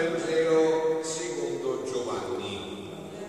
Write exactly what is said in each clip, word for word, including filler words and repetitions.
Vangelo secondo Giovanni.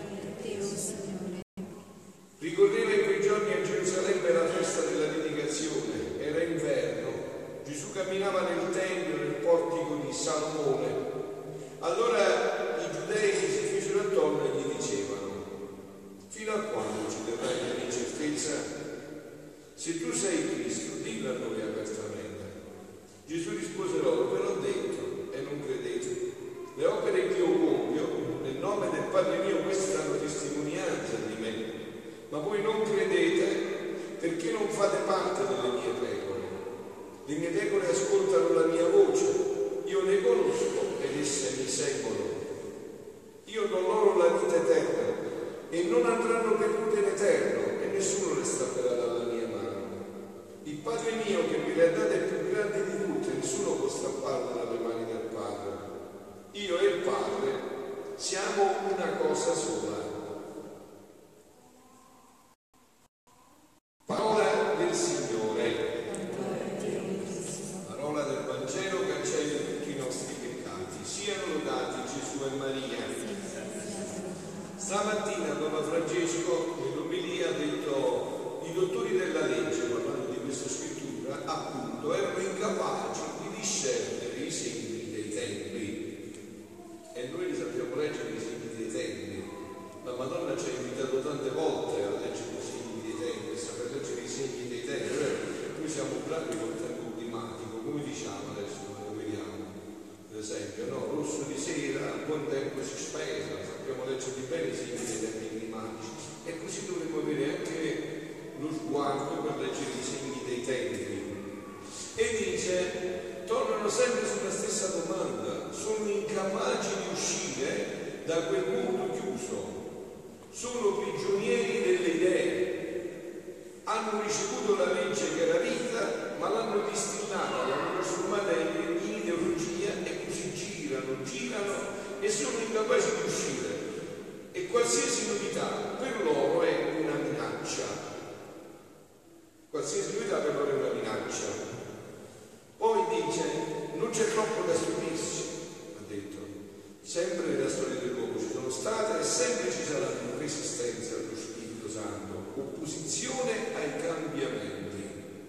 Ricorreva in quei giorni a Gerusalemme la festa della dedicazione. Era inverno. Gesù camminava nel tempio, nel portico di Salomone. Allora i giudei si fecero attorno e gli dicevano: fino a quando ci terrai nell'incertezza? Se tu sei Cristo, dillo a noi apertamente. Gesù rispose loro: ve l'ho detto e non credete. Le opere che io compio nel nome del Padre mio, queste danno testimonianza di me, ma voi non credete perché non fate parte delle mie pecore. Le mie pecore ascoltano la mia voce, io le conosco ed esse mi seguono. Io do loro la vita eterna e non andranno perdute in eterno, e nessuno le strapperà dalla mia mano. Il Padre mio che mi le ha date è più grande di tutte, nessuno può strapparle dalle mani del Padre. Io e il Padre siamo una cosa sola. Parola del Signore. Parola del Vangelo che cancelli tutti i nostri peccati. Siano lodati Gesù e Maria. Stamattina Papa Francesco nell'omelia ha detto: i dottori della legge, parlando di questa scrittura, appunto erano incapaci di discernere i segni dei tempi. E noi li sappiamo leggere i segni dei tempi. La Madonna ci ha invitato tante volte a leggere i segni dei tempi, a saper leggere i segni dei tempi. Noi siamo bravi col tempo climatico, come diciamo adesso, lo vediamo. Per esempio, no? Rosso di sera, buon tempo si spesa, sappiamo leggere bene i segni dei tempi climatici. E così dovremmo avere anche lo sguardo per leggere i segni dei tempi. E dice, tornano sempre sulla stessa domanda: sono incapaci di uscire da quel mondo chiuso, sono prigionieri delle idee, hanno ricevuto la legge che era vita, ma l'hanno distillata, l'hanno trasformata in ideologia e così girano, girano e sono incapaci di uscire. E qualsiasi novità per loro è una minaccia. Qualsiasi novità per loro è una minaccia. Poi dice: non c'è troppo da stupirsi, ha detto. Sempre nella storia dell'uomo ci sono state e sempre ci saranno resistenze allo Spirito Santo, opposizione ai cambiamenti.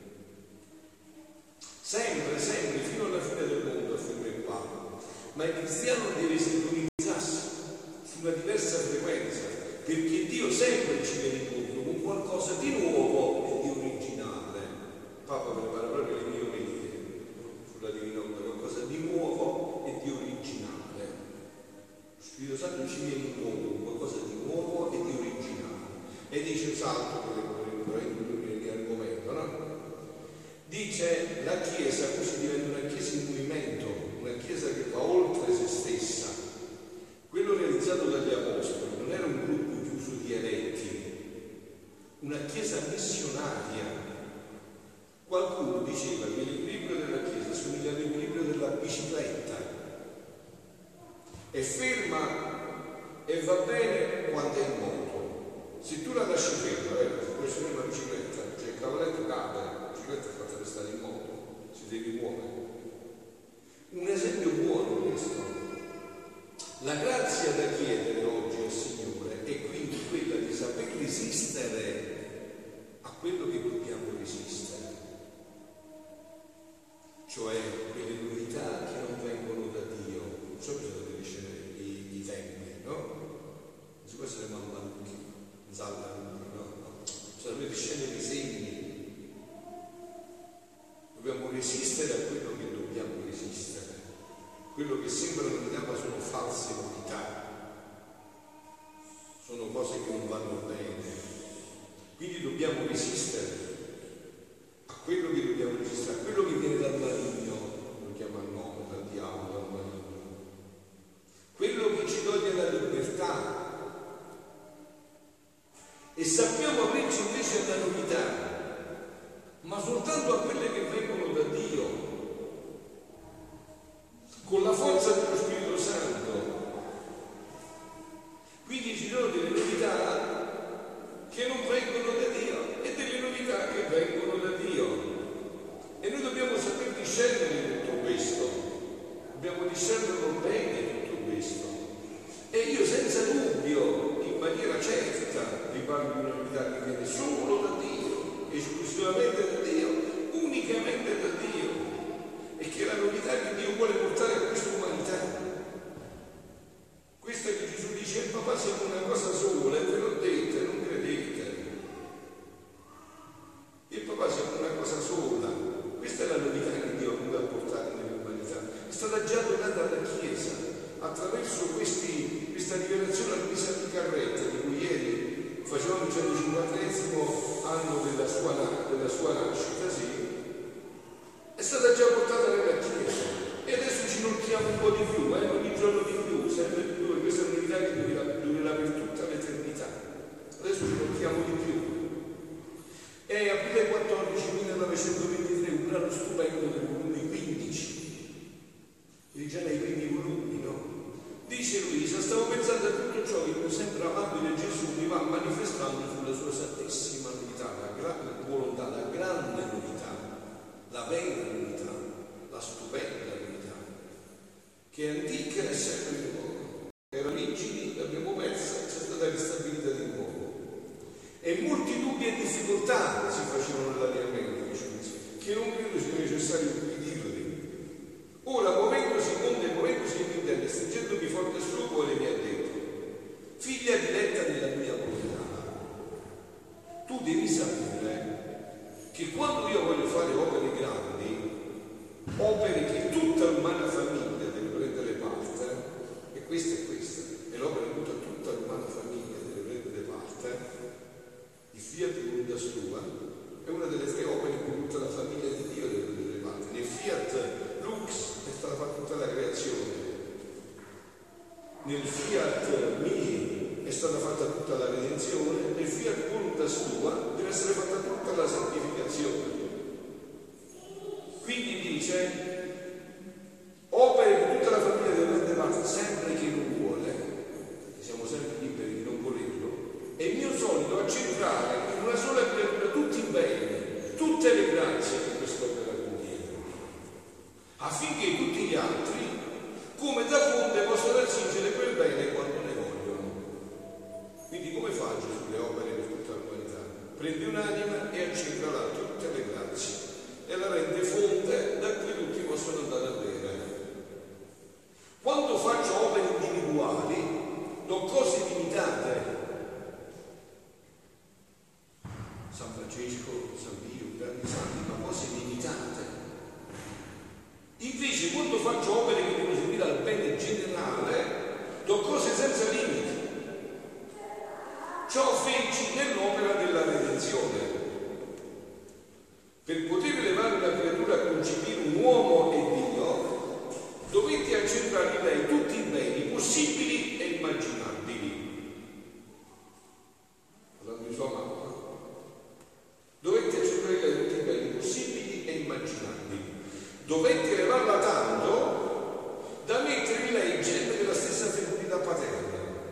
Sempre, sempre, fino alla fine del mondo, afferma il Papa. Ma il cristiano deve sintonizzarsi su una diversa frequenza, perché Dio sempre ci viene incontro con qualcosa di nuovo e di originale. Il Papa prepara proprio le mie omelie sulla Divina Volontà, qualcosa di nuovo e di originale. Lo Spirito Santo ci viene incontro con qualcosa di nuovo e di originale. E dice un salto che vorrei di argomento, no? Dice: la Chiesa così diventa una Chiesa in movimento, una Chiesa che va oltre se stessa. Quello realizzato dagli Apostoli non era un gruppo chiuso di eletti, una Chiesa missionaria. Qualcuno diceva che l'equilibrio della Chiesa somiglia all'equilibrio della bicicletta. È ferma e va bene quando è in moto. Se tu la lasci ferma, eh, puoi essere una bicicletta, cioè il cavalletto cade, la bicicletta è fatta per stare in moto, si deve muovere. Un esempio buono questo. La grazia da chiedere oggi al Signore è quindi quella di saper resistere a quello che dobbiamo resistere, cioè quelle novità che non vengono da Dio. Non so cosa deve discernere i, i tempi, no? Non si può essere mammalucchi, zallalucchi, no? no. Cioè deve discernere i segni. Dobbiamo resistere a quello che dobbiamo resistere. Quello che sembra novità ma sono false novità, sono cose che non vanno bene. Quindi dobbiamo resistere a quello che dobbiamo resistere, a quello che viene dal maligno, lo chiama il nome, dal diavolo, dal maligno, quello che ci toglie la libertà. E sappiamo aprirci invece alla novità, ma soltanto a quelle che vengono da Dio, con la forza dello Spirito Santo. Quindi ci sono delle novità che non vengono da Dio e delle novità che vengono da Dio, e noi dobbiamo saper discernere tutto questo, dobbiamo discernerlo bene tutto Dio in maniera certa vi parlo di un'unità che viene solo da Dio, esclusivamente da Dio, unicamente da Dio, e che è la novità che Dio vuole portare a questa umanità. Questa che Gesù dice: il papà siamo una cosa sola, e ve l'ho detto, non credete. Il papà siamo una cosa sola. Questa è la novità che Dio ha voluto apportare nell'umanità. È stata già donata alla Chiesa attraverso questi, questa rivelazione a Luisa Picarretta, di cui ieri facevamo il centocinquantesimo anno della sua, della sua nascita, sì. È stata già portata nella Chiesa e adesso ci nuttiamo un po' di più, eh? Ogni giorno di più, sempre di più, e questa è un'unità che durerà, durerà per tutta l'eternità. Adesso ci nuttiamo di più. È aprile quattordici millenovecentoventitré, un brano stupendo del volume quindici, quindi già nei primi volumi, no? Dice Luisa: stavo pensando a tutto ciò che il mio sempre amabile Gesù mi va manifestando sulla sua santissima novità, la grande volontà, la grande novità, la vera novità, la stupenda novità, che è antica e sempre di nuovo. Era origini, l'abbiamo persa, c'è stata ristabilita di nuovo. E molti dubbi e difficoltà si facevano nella mia mente, che non credo sia necessario dirli. Ora, muovendosi onde, muovendosi in intende, stringendomi forte sul cuore, mi ha detto: figlia diletta nella mia volontà, tu devi sapere che quando io voglio fare opere grandi, opere che tutta l'umana famiglia deve prendere parte, e questa è questa, è l'opera che tutta l'umana famiglia deve prendere parte. Il Fiat Voluntas Tua è una delle tre opere in cui tutta la famiglia di Dio deve prendere parte. Nel Fiat Lux è stata fatta tutta la creazione, nel Fiat Mi è stata fatta tutta la redenzione, nel Fiat Voluntas Tua deve essere fatta tutta la santificazione. Quindi dice: opere che tutta la famiglia deve prendere parte, sempre che non vuole, che siamo sempre liberi di non volerlo. È il mio solito accentrare in una sola creatura tutti i beni, tutte le grazie che quest'opera contiene, affinché tutti gli altri, come da fonte, possano raggiungere quel bene quando ne vogliono. Quindi come fa Gesù le opere per tutta l'umanità? Prende un'anima e accentra là tutte le grazie e la rende fonte da cui tutti possono andare a bere. Quando faccio opere individuali, do cose limitate. San Francesco, San Pio, grandi santi, ma cose limitate. Invece quando faccio opere che devono servire al bene generale, do cose senza limiti. Ciò feci nell'opera della redenzione. Per poter elevare una creatura a concepire un uomo e Dio, dovete accentrare in lei tutti i beni possibili e immaginabili. Parlando di sua mamma. Dovette accentrare tutti i beni possibili e immaginabili. Dovette elevarla tanto da mettere in lei gente della stessa fecundità paterna.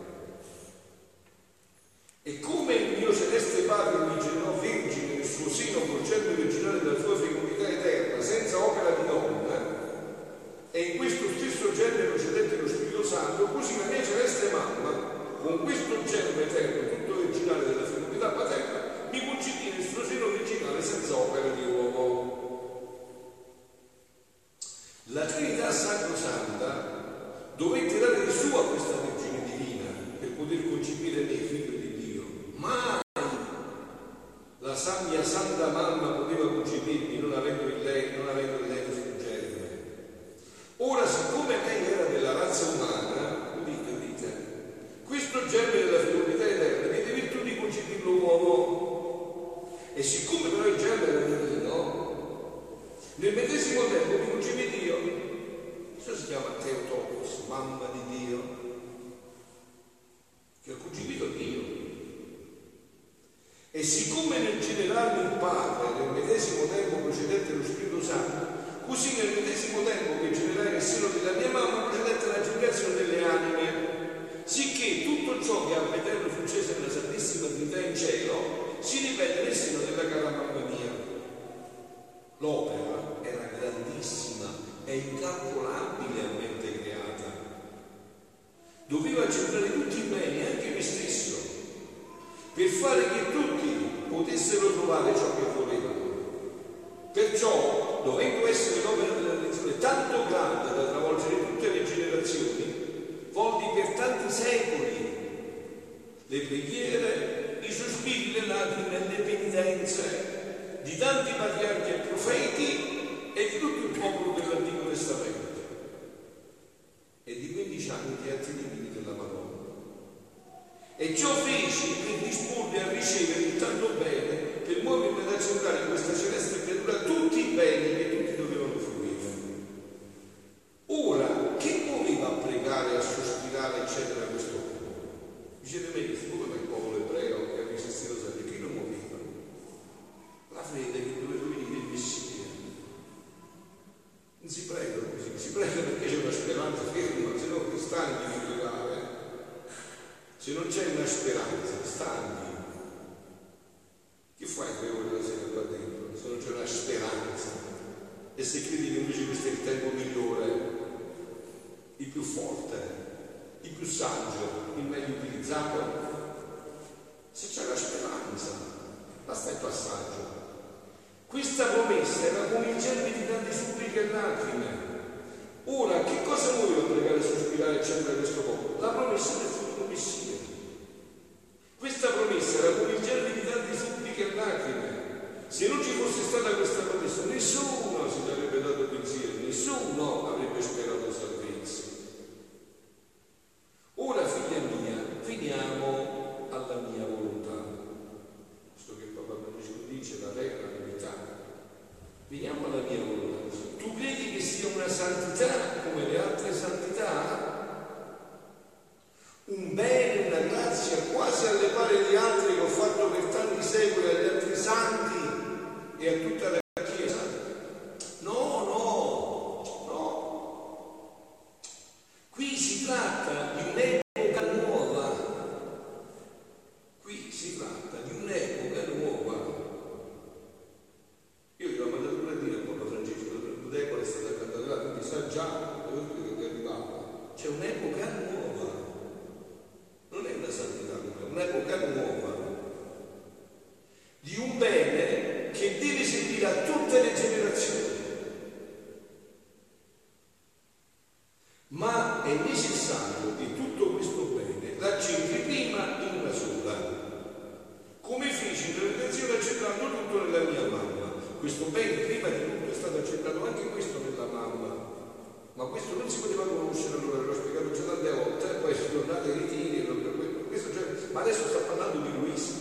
E come il mio celeste Padre mi generò vergine nel suo seno col germe virginale della sua fecundità eterna, senza opera di donna, e in questo stesso germe procedette lo Spirito Santo, così la mia celeste mamma, con questo germe eterno tutto virginale della fecundità paterna, mi concepì nel suo seno virginale senza opera di uomo. La Trinità Sacrosanta dovette dare di su a questa Vergine Divina per poter concepire me, figlio di Dio. Mai la mia Santa Mamma poteva concepirmi non avendo in lei, non avendo in lei questo germe. Ora, siccome lei era della razza umana, udite, udite, questo germe della fecundità eterna avete virtù di concepirlo uomo. E siccome però il germe era divino, nel medesimo tempo mi concepì Dio. Questo si chiama Theotokos, mamma di Dio, che ha concepito Dio. E siccome nel generarmi il Padre nel medesimo tempo procedette lo Spirito Santo, così nel medesimo tempo che generai nel seno della mia mamma procedette la generazione delle anime, sicché tutto ciò che a vederlo successe nella Santissima Trinità in cielo si ripete nel seno della cara mamma mia. L'opera era grandissima e incalcolabile a mente creata. doveva centrare tutti i beni, anche me stesso, per fare che tutti potessero trovare ciò che volevano. Perciò, dovendo essere l'opera della redenzione tanto grande da travolgere tutte le generazioni, volti per tanti secoli le preghiere, i sospiri, le lacrime, le penitenze di tanti patriarchi e profeti e di tutto il popolo dell'Antico Testamento e di quindici anni di atti divini della Madonna. E ciò feci per disporre a ricevere il tanto bene, per muovermi ad accettare in questa celeste creatura tutti i beni che tutti dovevano fruire. Ora, che muoveva a pregare, a sospirare, eccetera, questo popolo? Dicete me, come il popolo ebreo che aveva esistito sempre, chi lo muoveva? La fede che doveva venire il Messia. Non si prega così, si prega perché c'è una speranza ferma, se no stanchi di pregare. Se non c'è una speranza, stanchi. Che fai tre ore la sera qua dentro? Se non c'è una speranza. E se credi che invece questo è il tempo migliore, il più forte, il più saggio, il meglio utilizzato, se c'è la speranza, basta il passaggio. Questa promessa era come il germe di tante suppliche e lacrime. Ora, che cosa voleva pregare e sospirare eccetera questo popolo? La promessa del futuro Messia. Questa promessa era come il germe di tante suppliche e lacrime. Se non ci fosse stata questa promessa, nessuno si sarebbe dato pensiero, nessuno avrebbe sperato salvezza. Ora, figlia mia, veniamo alla mia volontà. Questo che Papa Francesco dice, la terra, la verità. Veniamo alla mia volontà. Tu credi che sia una santità come le altre santità? Un bene, una grazia quasi alle pari di altri che ho fatto per tanti secoli agli altri santi e a tutta la Chiesa? No, no, no. Qui si tratta di un'epoca nuova. Qui si tratta di un'epoca nuova. Io gli ho mandato pure a dire a Papa Francesco, l'epoca è stata cantata, quindi sa già che arrivava. C'è un'epoca nuova. Non è una santità, è un'epoca nuova di un bene che deve servire a tutte le generazioni. Ma è necessario che tutto questo bene l'accentri prima in una sola, come feci in redenzione accettando tutto nella mia mamma. Questo bene prima di tutto è stato accettato anche questo nella mamma. Ma questo non si poteva conoscere, allora l'ho spiegato già tante volte, poi si tornate ai ritiri, questo cioè, ma adesso sta parlando di Luisa.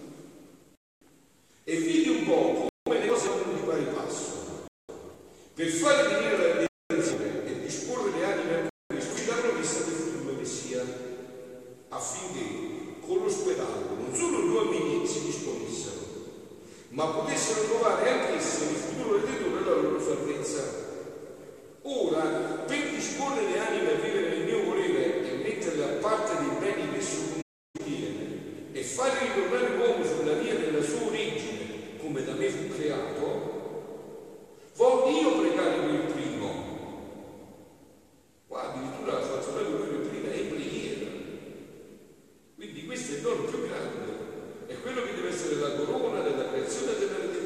E vedi un po' come le cose vanno di pari passo. Per fare venire la redenzione e disporre le anime a Cristo, la promessa del futuro Messia, affinché con lo spettacolo non solo gli uomini si disponessero, ma potessero trovare anch'essi nel futuro redentore la loro salvezza. Ora, per disporre le anime a vivere nel mio volere e metterle a parte dei beni che esso contiene e fare ritornare l'uomo sulla via della sua origine, come da me fu creato, voglio io pregare per il primo. Qua addirittura la faccio proprio per il primo è in preghiera. Quindi questo è il dono più grande, è quello che deve essere la corona della creazione e della redenzione.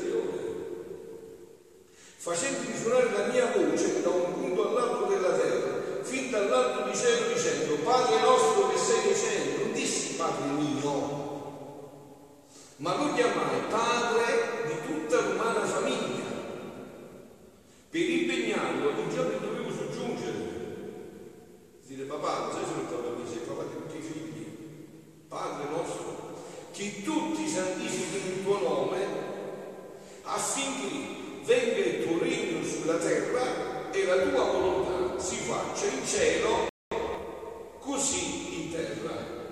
Facendo risuonare la mia voce da un punto all'altro della terra, fin dall'alto di cielo, dicendo: Padre nostro che sei nei cieli. Non dissi Padre mio, ma lo chiamai Padre di tutta l'umana famiglia, per impegnarlo in ciò che dovevo soggiungere. Dire: papà, non sei solo il papà mio, sei il papà di tutti i figli. Padre nostro, che tutti santifichino il tuo nome, affinché venga il tuo regno sulla terra e la tua volontà si faccia in cielo così in terra.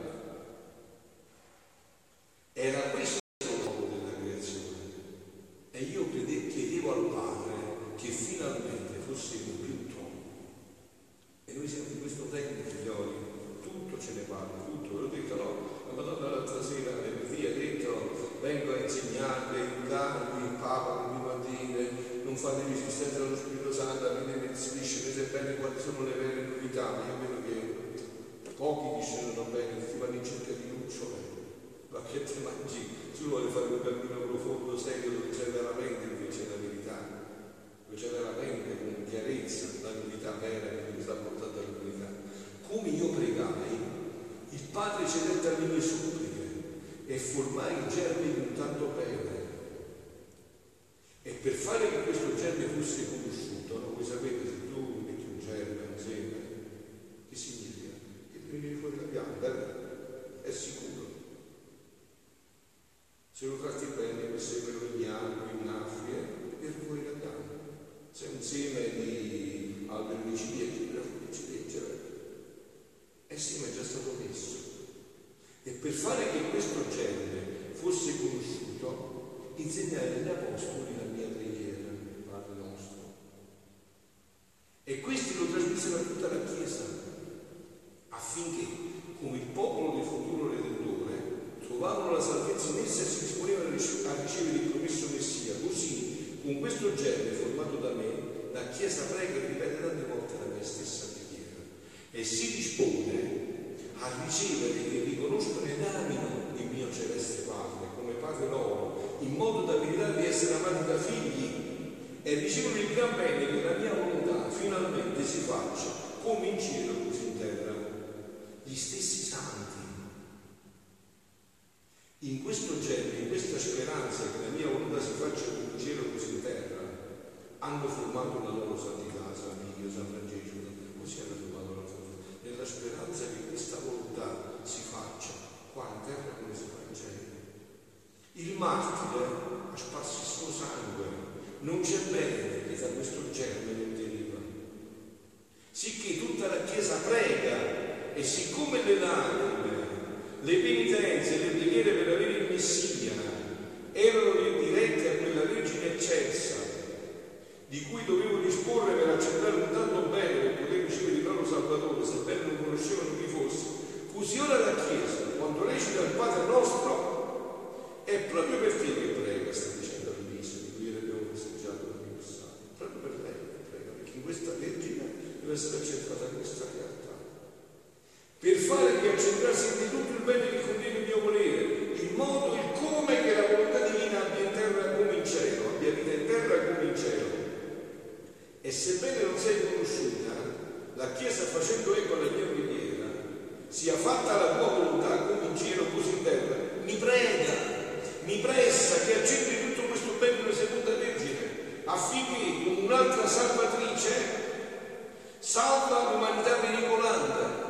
Era questo lo scopo della creazione e io chiedevo al Padre che finalmente fosse compiuto. E noi siamo in questo tempo, figlioli, tutto ce ne parla, tutto. Ve l'ho detto, no? La Madonna l'altra sera venerdì ha detto: vengo a insegnarvi, a aiutarvi, il Papa che mi va a dire, non fate resistenza allo Spirito Santo, avete inserisce bene quali sono le vere novità. Io vedo che pochi discernono bene, tutti vanno in cerca di lucciole, ma che te mangi? Si vuole fare un cammino profondo, serio, dove c'è veramente invece la verità, dove c'è veramente con chiarezza la verità vera che mi sta portando alla verità. Come io pregai, il Padre cedette alle mie suppliche e formai il germe di un tanto bene. E per fare che questo germe fosse conosciuto, no? Voi sapete, se tu metti un germe, un seme, che significa? Che viene fuori la pianta, è sicuro. Se lo tratti bene, quel seme lo ignaro, lo innaffi, viene fuori la pianta. Se è un seme di albero di ciliegie, viene fuori di ciliegie, è seme è già stato messo. E per fare che questo germe fosse conosciuto, insegnai agli apostoli la mia preghiera, Padre nostro. E questi lo trasmisero a tutta la Chiesa, affinché, come il popolo del futuro Redentore, trovavano la salvezza in essa e si disponevano a ricevere il promesso Messia. Così, con questo germe formato da me, la Chiesa prega e ripete tante volte la mia stessa preghiera e si dispone a ricevere e riconoscono ed amino il mio celeste Padre come Padre loro, in modo da meritare di essere amati da figli, e ricevono il gran bene che la mia volontà finalmente si faccia come in cielo così in terra. Gli stessi santi, in questo genere, in questa speranza che la mia volontà si faccia come in cielo così in terra, hanno formato la loro santità, San Michele, San Francesco, così hanno formato la loro santità, nella speranza che questa volontà si faccia qua in terra come si fa in cielo. Il martire ha sparso il suo sangue, non c'è bene che da questo germe non deriva, sicché tutta la Chiesa prega, e siccome le lacrime, le penitenze, le preghiere per avere il Messia erano dirette a quella Vergine eccelsa di cui dovevo disporre per accettare un tanto bene per poter ricevere il loro Salvatore, sebbene non conoscevano chi fosse, così ora la Chiesa, quando recita il Padre nostro, è proprio per te che prega, sta dicendo all'Isa, di cui ieri abbiamo festeggiato l'anniversario, proprio per lei che prega, perché in questa Vergine deve essere accettata questa realtà. Per fare che accentrasse in tutto il bene che contiene il mio volere, il modo, il come che la volontà divina abbia in terra come in cielo, abbia vita in terra come in cielo. E sebbene non sei conosciuta, la Chiesa, facendo eco alla mia preghiera, sia fatta la tua volontà come in cielo così in terra, mi prega, mi pressa che accentri tutto questo bene in una seconda Vergine, affinché con un'altra salvatrice salva l'umanità pericolante.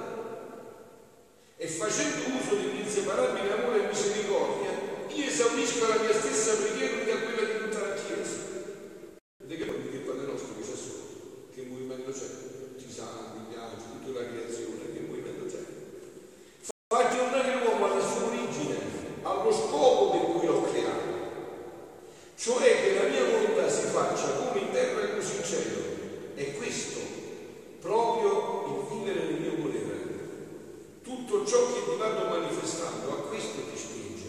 E facendo uso dell'inseparabile amore e misericordia, io esaurisco la mia stessa preghiera unita a quella di tutta la Chiesa. Vedete che non il Padre nostro che c'è sotto, che movimento c'è? Tutti i santi, gli angeli, tutta la creazione, che movimento c'è? Fa tornare l'uomo alla sua origine, allo scopo per cui l'ho creato, cioè che la mia volontà si faccia come in terra e così in cielo. E questo proprio il vivere nel mio volere. Tutto ciò che ti vado manifestando, a questo ti spinge.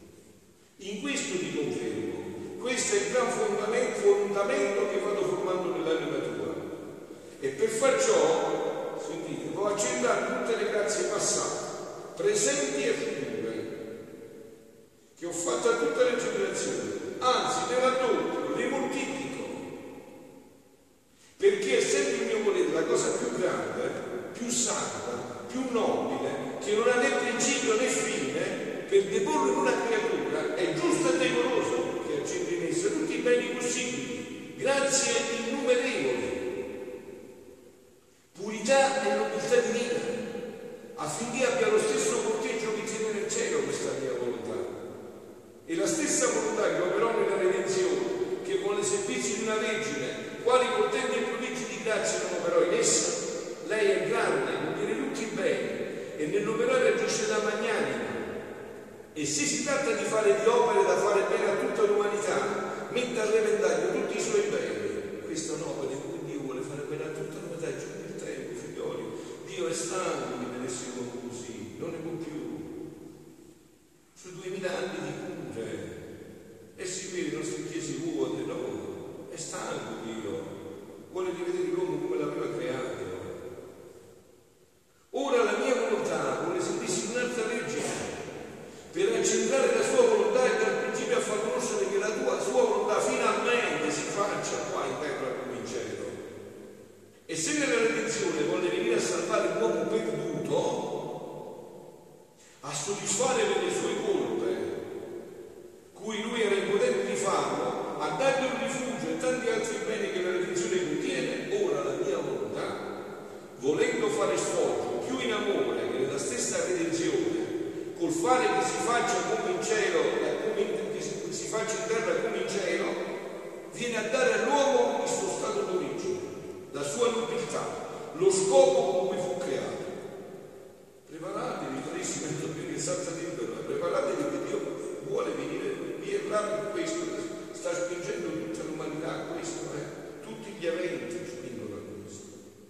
In questo ti confermo. Questo è il gran fondamento, fondamento che vado formando nell'anima tua. E per far ciò, sentite, ho accettato tutte le grazie passate, presenti e future, che ho fatto a tutte le generazioni. Anzi, le raddoppio, le moltiplico. Perché essendo il mio volere la cosa più grande, più santa, più nobile, che non ha né principio né fine, per deporre in una creatura, è giusto e decoroso che accenda in essa tutti i beni possibili, grazie innumerevoli, purità e nobiltà divina, affinché abbia lo stesso corteggio che tiene nel cielo questa mia volontà. E la stessa volontà che operò nella redenzione, che con i servizi di una Vergine, quali portenti e prodigi di grazia non operò in essa, lei è grande, contiene tutti i beni e nell'operare agisce da magnanima. E se si tratta di fare di opere da fare bene a tutta l'umanità, mette a repentaglio tutti i suoi beni. Questa è un'opera in cui Dio vuole fare bene a tutta l'umanità, è giù nel tempo, figlioli. Dio è stanco di vedersi così, non ne può più. Su duemila anni di cure, e si vede le nostre chiese vuote, no? È stanco Dio. Vuole rivedere l'uomo come l'aveva creato. Ora la mia volontà soddisfare le sue colpe, cui lui era impotente di farlo, a dargli un rifugio e tanti altri beni che la religione contiene, ora la mia volontà, volendo fare sfoggio più in amore che nella stessa religione, col fare che si faccia come in cielo, come in, che si, si faccia in terra come in cielo, viene a dare all'uomo il suo stato d'origine, la sua nobiltà, lo scopo con cui fu creato. Preparatevi, carissimi, che salsa libero, preparatevi che Dio vuole venire qui e là per questo, sta spingendo tutta l'umanità a questo, eh? Tutti gli eventi spingono a questo.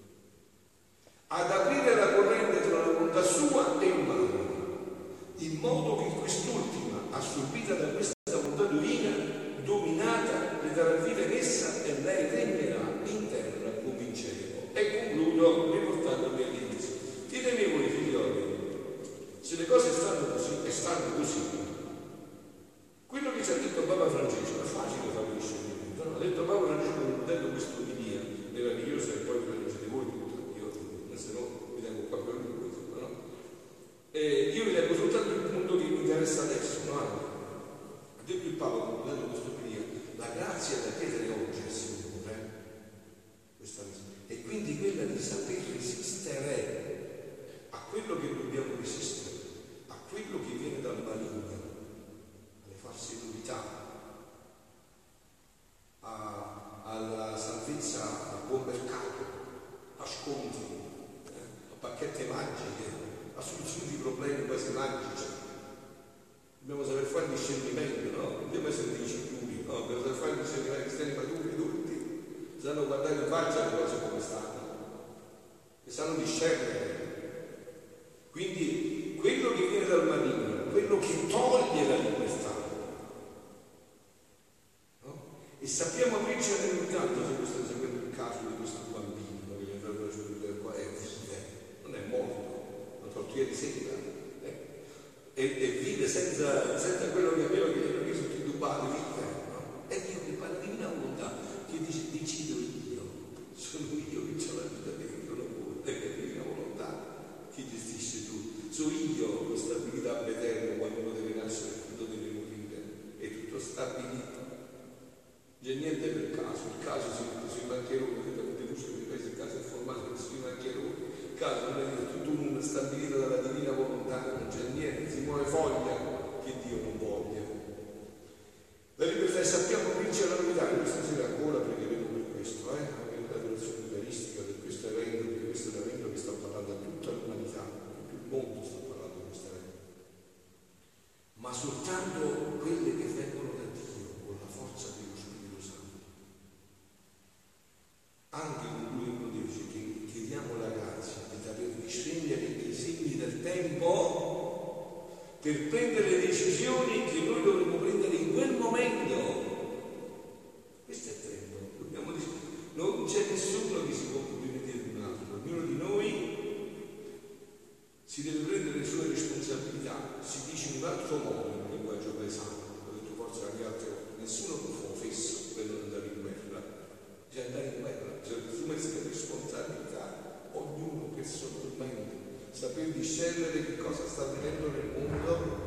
Ad aprire la corrente tra la volontà sua e umana, in modo che quest'ultima, assorbita da questa volontà divina, dominata, le darà vita in essa e lei regnerà in terra come in cielo. E concludo riportandomi all'inizio. Ditemi voi, figlioli, se le cose stanno così e stanno così, quello che ci ha detto Papa Francesco è facile fare il discernimento, no? Ha detto Papa Francesco concludendo questa omelia meravigliosa e poi vi leggete voi tutta, io se no vi tengo qua per lui, no? E io vi leggo soltanto il punto che mi interessa adesso, no? Ha detto il Papa concludendo questa omelia, la grazia da chiedere oggi è Signore, questa e quindi quella di saper resistere a quello che dobbiamo resistere, a quello che viene dal maligno, alle false novità, a, alla salvezza a buon mercato, a sconti, eh, a bacchette magiche, a soluzioni di problemi quasi magici. Dobbiamo saper fare il discernimento, no? Non dobbiamo essere dei sicuri, no? Dobbiamo saper fare il discernimento, cristiani maturi, adulti, sanno guardare in faccia le cose come stanno, che sanno discernere. Quindi quello che viene dal maligno, quello che toglie la libertà, no? E sappiamo aprirci ogni tanto, se questo è seguendo il caso di questo bambino che gli è entrato nella scuola qua, è vive, non è morto, una tortura di seta, eh? e, e vive senza, senza quello che aveva, che gli aveva reso tutti dubati, vive, no? È Dio che parla di divina volontà, che dice decido io, sono io che ho la vita dentro la volontà, è divina volontà. Chi gestisce tu? So io lo stabilità eterno quando uno deve nascere e quando deve morire, è tutto stabilito, non c'è niente per caso, il caso si mette sui bancheroni, il caso è formato sui bancheroni, il caso non è tutto un stabilito dalla divina volontà, non c'è niente, si muove foglia che Dio non voglia. La libertà, sappiamo vincere la novità, questa sera ancora pregheremo per questo, eh? Anche l'adorazione eucaristica per questo evento, perché questo è un evento che sta parlando a tutta l'umanità, tutto il mondo sta parlando di questo evento. Ma soltanto quelle che vengono da Dio, con la forza dello Spirito Santo. Anche con lui con Dio dice che chiediamo la grazia di saper discernere i segni del tempo per prendere le decisioni che noi dovremmo prendere in quel momento. Questo è il tempo. Dobbiamo dire, non c'è nessuno che si può compromettere di un altro, ognuno di noi si deve prendere le sue responsabilità, si dice in un altro modo nel linguaggio paesano, ho detto forse anche altre volte, nessuno può fesso per non andare in guerra, bisogna andare in guerra, bisogna assumersi le responsabilità, ognuno personalmente, saper discernere che cosa sta avvenendo nel mondo